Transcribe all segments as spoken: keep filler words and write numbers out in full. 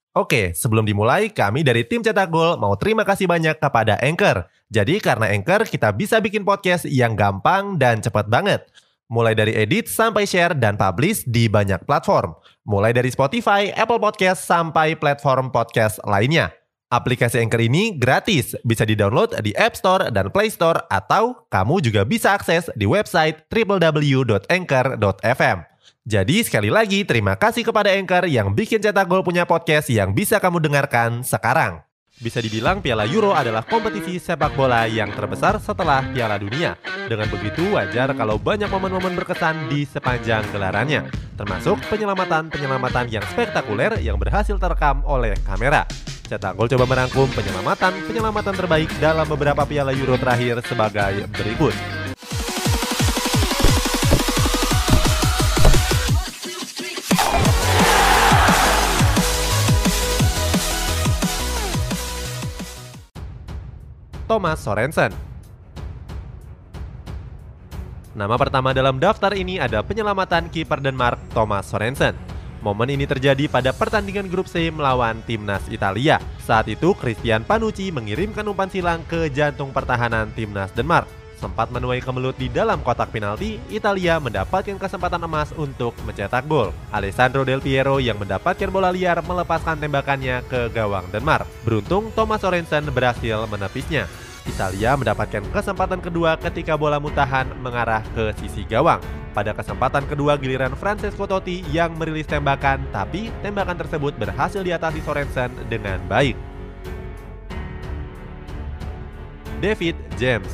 Oke, sebelum dimulai, kami dari tim Cetak Gol mau terima kasih banyak kepada Anchor. Jadi karena Anchor, kita bisa bikin podcast yang gampang dan cepat banget. Mulai dari edit sampai share dan publish di banyak platform. Mulai dari Spotify, Apple Podcast, sampai platform podcast lainnya. Aplikasi Anchor ini gratis, bisa di-download di App Store dan Play Store, atau kamu juga bisa akses di website w w w dot anchor dot f m. Jadi sekali lagi terima kasih kepada Anchor yang bikin Cetak Gol punya podcast yang bisa kamu dengarkan sekarang. Bisa dibilang Piala Euro adalah kompetisi sepak bola yang terbesar setelah Piala Dunia. Dengan begitu wajar kalau banyak momen-momen berkesan di sepanjang gelarannya, termasuk penyelamatan-penyelamatan yang spektakuler yang berhasil terekam oleh kamera. Cetak Gol coba merangkum penyelamatan-penyelamatan terbaik dalam beberapa Piala Euro terakhir sebagai berikut. Thomas Sorensen. Nama pertama dalam daftar ini ada penyelamatan kiper Denmark Thomas Sorensen. Momen ini terjadi pada pertandingan grup C melawan timnas Italia. Saat itu Christian Panucci mengirimkan umpan silang ke jantung pertahanan timnas Denmark. Sempat menuai kemelut di dalam kotak penalti, Italia mendapatkan kesempatan emas untuk mencetak gol. Alessandro Del Piero yang mendapatkan bola liar melepaskan tembakannya ke gawang Denmark. Beruntung Thomas Sorensen berhasil menepisnya. Italia mendapatkan kesempatan kedua ketika bola muntahan mengarah ke sisi gawang. Pada kesempatan kedua giliran Francesco Totti yang merilis tembakan, tapi tembakan tersebut berhasil diatasi Sorensen dengan baik. David James.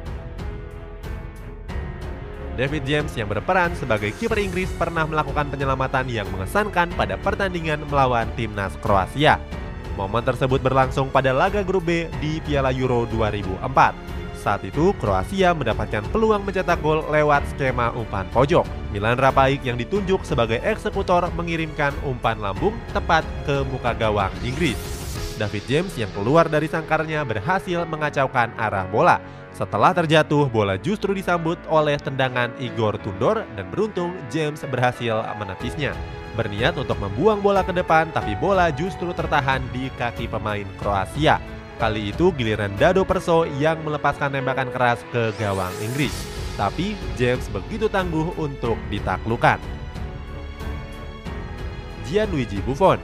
David James yang berperan sebagai kiper Inggris pernah melakukan penyelamatan yang mengesankan pada pertandingan melawan timnas Kroasia. Momen tersebut berlangsung pada laga grup B di Piala Euro dua ribu empat. Saat itu Kroasia mendapatkan peluang mencetak gol lewat skema umpan pojok. Milan Rapaik yang ditunjuk sebagai eksekutor mengirimkan umpan lambung tepat ke muka gawang Inggris. David James yang keluar dari sangkarnya berhasil mengacaukan arah bola. Setelah terjatuh, bola justru disambut oleh tendangan Igor Tudor dan beruntung James berhasil menepisnya. Berniat untuk membuang bola ke depan, tapi bola justru tertahan di kaki pemain Kroasia. Kali itu giliran Dado Perso yang melepaskan tembakan keras ke gawang Inggris. Tapi James begitu tangguh untuk ditaklukkan. Gianluigi Buffon.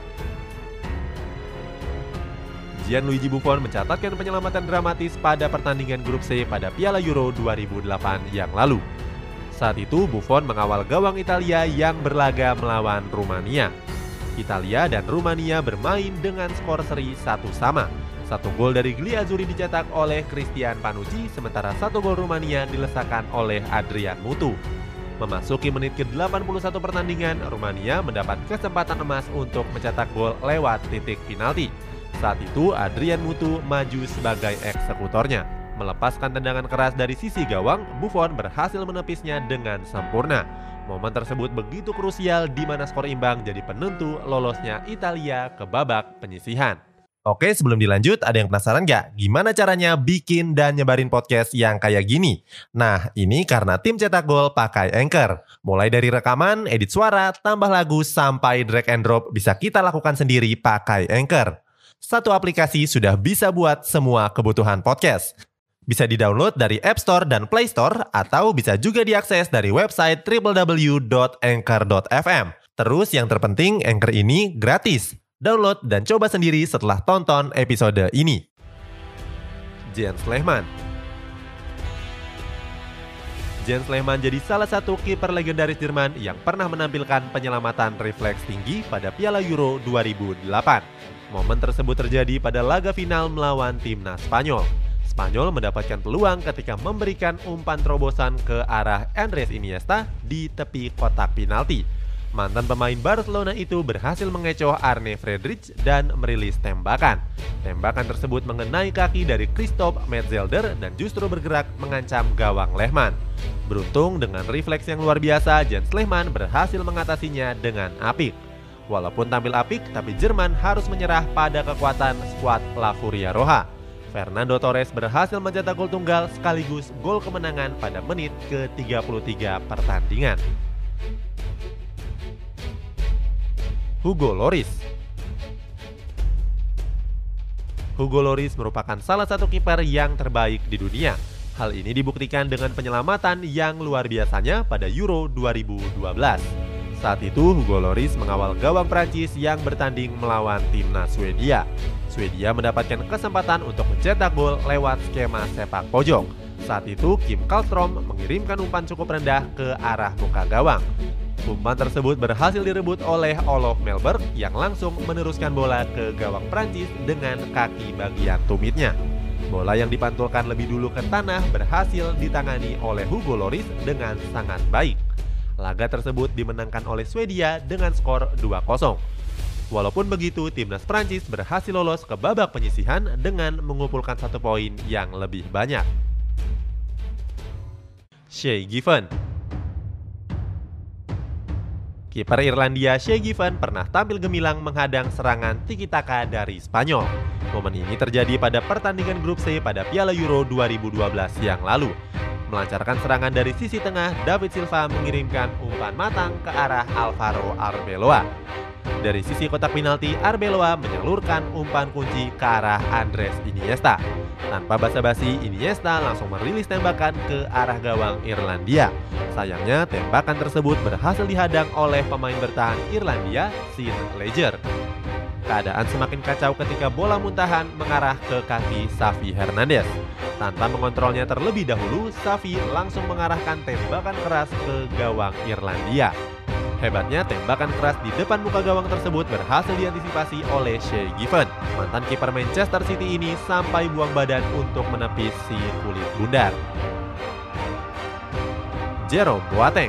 Gianluigi Buffon mencatatkan penyelamatan dramatis pada pertandingan grup C pada Piala Euro dua ribu delapan yang lalu. Saat itu Buffon mengawal gawang Italia yang berlaga melawan Rumania. Italia dan Rumania bermain dengan skor seri satu sama. Satu gol dari Gli Azzurri dicetak oleh Christian Panucci, sementara satu gol Rumania dilesakan oleh Adrian Mutu. Memasuki menit ke delapan puluh satu pertandingan, Rumania mendapat kesempatan emas untuk mencetak gol lewat titik penalti. Saat itu Adrian Mutu maju sebagai eksekutornya. Melepaskan tendangan keras dari sisi gawang, Buffon berhasil menepisnya dengan sempurna. Momen tersebut begitu krusial di mana skor imbang jadi penentu lolosnya Italia ke babak penyisihan. Oke, sebelum dilanjut, ada yang penasaran gak? Gimana caranya bikin dan nyebarin podcast yang kayak gini? Nah, ini karena tim Cetak Gol pakai Anchor. Mulai dari rekaman, edit suara, tambah lagu, sampai drag and drop bisa kita lakukan sendiri pakai Anchor. Satu aplikasi sudah bisa buat semua kebutuhan podcast. Bisa di-download dari App Store dan Play Store, atau bisa juga diakses dari website w w w dot anchor dot f m. Terus yang terpenting, Anchor ini gratis. Download dan coba sendiri setelah tonton episode ini. Jens Lehmann. Jens Lehmann jadi salah satu kiper legendaris Jerman yang pernah menampilkan penyelamatan refleks tinggi pada Piala Euro dua ribu delapan. Momen tersebut terjadi pada laga final melawan timnas Spanyol. Spanyol mendapatkan peluang ketika memberikan umpan terobosan ke arah Andres Iniesta di tepi kotak penalti. Mantan pemain Barcelona itu berhasil mengecoh Arne Friedrich dan merilis tembakan. Tembakan tersebut mengenai kaki dari Christoph Metzelder dan justru bergerak mengancam gawang Lehmann. Beruntung dengan refleks yang luar biasa, Jens Lehmann berhasil mengatasinya dengan apik. Walaupun tampil apik, tapi Jerman harus menyerah pada kekuatan skuad La Furia Roja. Fernando Torres berhasil mencetak gol tunggal sekaligus gol kemenangan pada menit ke tiga puluh tiga pertandingan. Hugo Lloris. Hugo Lloris merupakan salah satu kiper yang terbaik di dunia. Hal ini dibuktikan dengan penyelamatan yang luar biasanya pada Euro dua ribu dua belas. Saat itu Hugo Lloris mengawal gawang Prancis yang bertanding melawan timnas Swedia. Swedia mendapatkan kesempatan untuk mencetak gol lewat skema sepak pojok. Saat itu Kim Kallstrom mengirimkan umpan cukup rendah ke arah muka gawang. Umpan tersebut berhasil direbut oleh Olof Melberg yang langsung meneruskan bola ke gawang Prancis dengan kaki bagian tumitnya. Bola yang dipantulkan lebih dulu ke tanah berhasil ditangani oleh Hugo Lloris dengan sangat baik. Laga tersebut dimenangkan oleh Swedia dengan skor dua kosong. Walaupun begitu, timnas Prancis berhasil lolos ke babak penyisihan dengan mengumpulkan satu poin yang lebih banyak. Shay Given. Kiper Irlandia Shay Given pernah tampil gemilang menghadang serangan tiki-taka dari Spanyol. Momen ini terjadi pada pertandingan grup C pada Piala Euro dua ribu dua belas yang lalu. Melancarkan serangan dari sisi tengah, David Silva mengirimkan umpan matang ke arah Alvaro Arbeloa. Dari sisi kotak penalti, Arbeloa menyalurkan umpan kunci ke arah Andres Iniesta. Tanpa basa-basi, Iniesta langsung merilis tembakan ke arah gawang Irlandia. Sayangnya, tembakan tersebut berhasil dihadang oleh pemain bertahan Irlandia, Sean Ledger. Keadaan semakin kacau ketika bola muntahan mengarah ke kaki Xavi Hernandez. Tanpa mengontrolnya terlebih dahulu, Xavi langsung mengarahkan tembakan keras ke gawang Irlandia. Hebatnya, tembakan keras di depan muka gawang tersebut berhasil diantisipasi oleh Shay Given. Mantan kiper Manchester City ini sampai buang badan untuk menepis si kulit bundar. Jerome Boateng.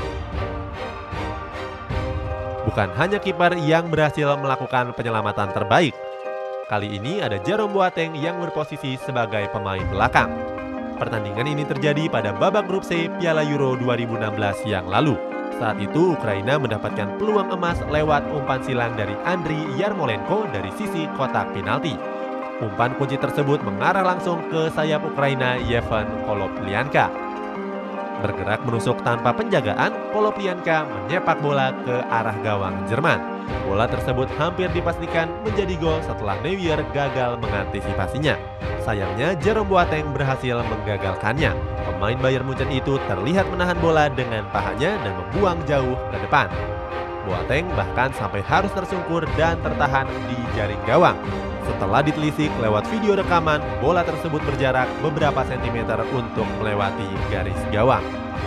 Bukan hanya kiper yang berhasil melakukan penyelamatan terbaik. Kali ini ada Jerome Boateng yang berposisi sebagai pemain belakang. Pertandingan ini terjadi pada babak grup C Piala Euro dua ribu enam belas yang lalu. Saat itu Ukraina mendapatkan peluang emas lewat umpan silang dari Andriy Yarmolenko dari sisi kotak penalti. Umpan kunci tersebut mengarah langsung ke sayap Ukraina Yevhen Konoplyanka. Bergerak menusuk tanpa penjagaan, Konoplyanka menyepak bola ke arah gawang Jerman. Bola tersebut hampir dipastikan menjadi gol setelah Neuer gagal mengantisipasinya. Sayangnya Jerome Boateng berhasil menggagalkannya. Pemain Bayern Munchen itu terlihat menahan bola dengan pahanya dan membuang jauh ke depan. Boateng bahkan sampai harus tersungkur dan tertahan di jaring gawang. Setelah ditelisik lewat video rekaman, bola tersebut berjarak beberapa sentimeter untuk melewati garis gawang.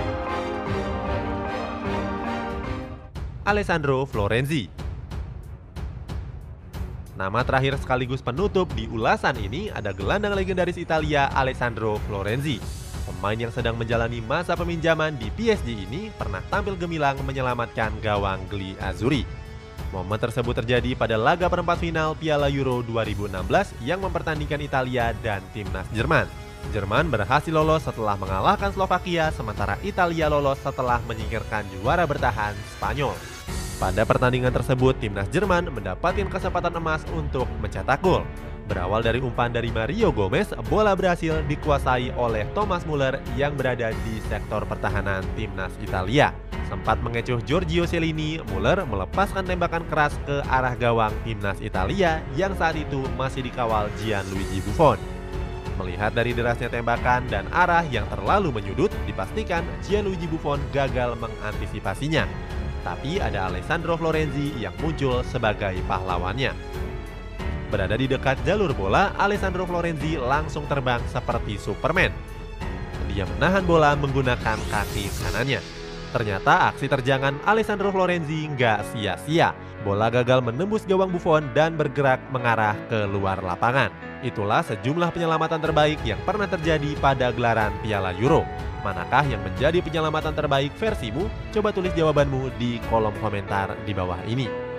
Alessandro Florenzi. Nama terakhir sekaligus penutup di ulasan ini ada gelandang legendaris Italia Alessandro Florenzi. Pemain yang sedang menjalani masa peminjaman di P S G ini pernah tampil gemilang menyelamatkan gawang Gli Azzurri. Momen tersebut terjadi pada laga perempat final Piala Euro dua ribu enam belas yang mempertandingkan Italia dan timnas Jerman. Jerman berhasil lolos setelah mengalahkan Slovakia, sementara Italia lolos setelah menyingkirkan juara bertahan Spanyol. Pada pertandingan tersebut, timnas Jerman mendapatkan kesempatan emas untuk mencetak gol. Berawal dari umpan dari Mario Gomez, bola berhasil dikuasai oleh Thomas Muller yang berada di sektor pertahanan timnas Italia. Sempat mengecoh Giorgio Chiellini, Muller melepaskan tembakan keras ke arah gawang timnas Italia yang saat itu masih dikawal Gianluigi Buffon. Melihat dari derasnya tembakan dan arah yang terlalu menyudut, dipastikan Gianluigi Buffon gagal mengantisipasinya. Tapi ada Alessandro Florenzi yang muncul sebagai pahlawannya. Berada di dekat jalur bola, Alessandro Florenzi langsung terbang seperti Superman. Dia menahan bola menggunakan kaki kanannya. Ternyata aksi terjangan Alessandro Florenzi nggak sia-sia. Bola gagal menembus gawang Buffon dan bergerak mengarah ke luar lapangan. Itulah sejumlah penyelamatan terbaik yang pernah terjadi pada gelaran Piala Euro. Manakah yang menjadi penyelamatan terbaik versimu? Coba tulis jawabanmu di kolom komentar di bawah ini.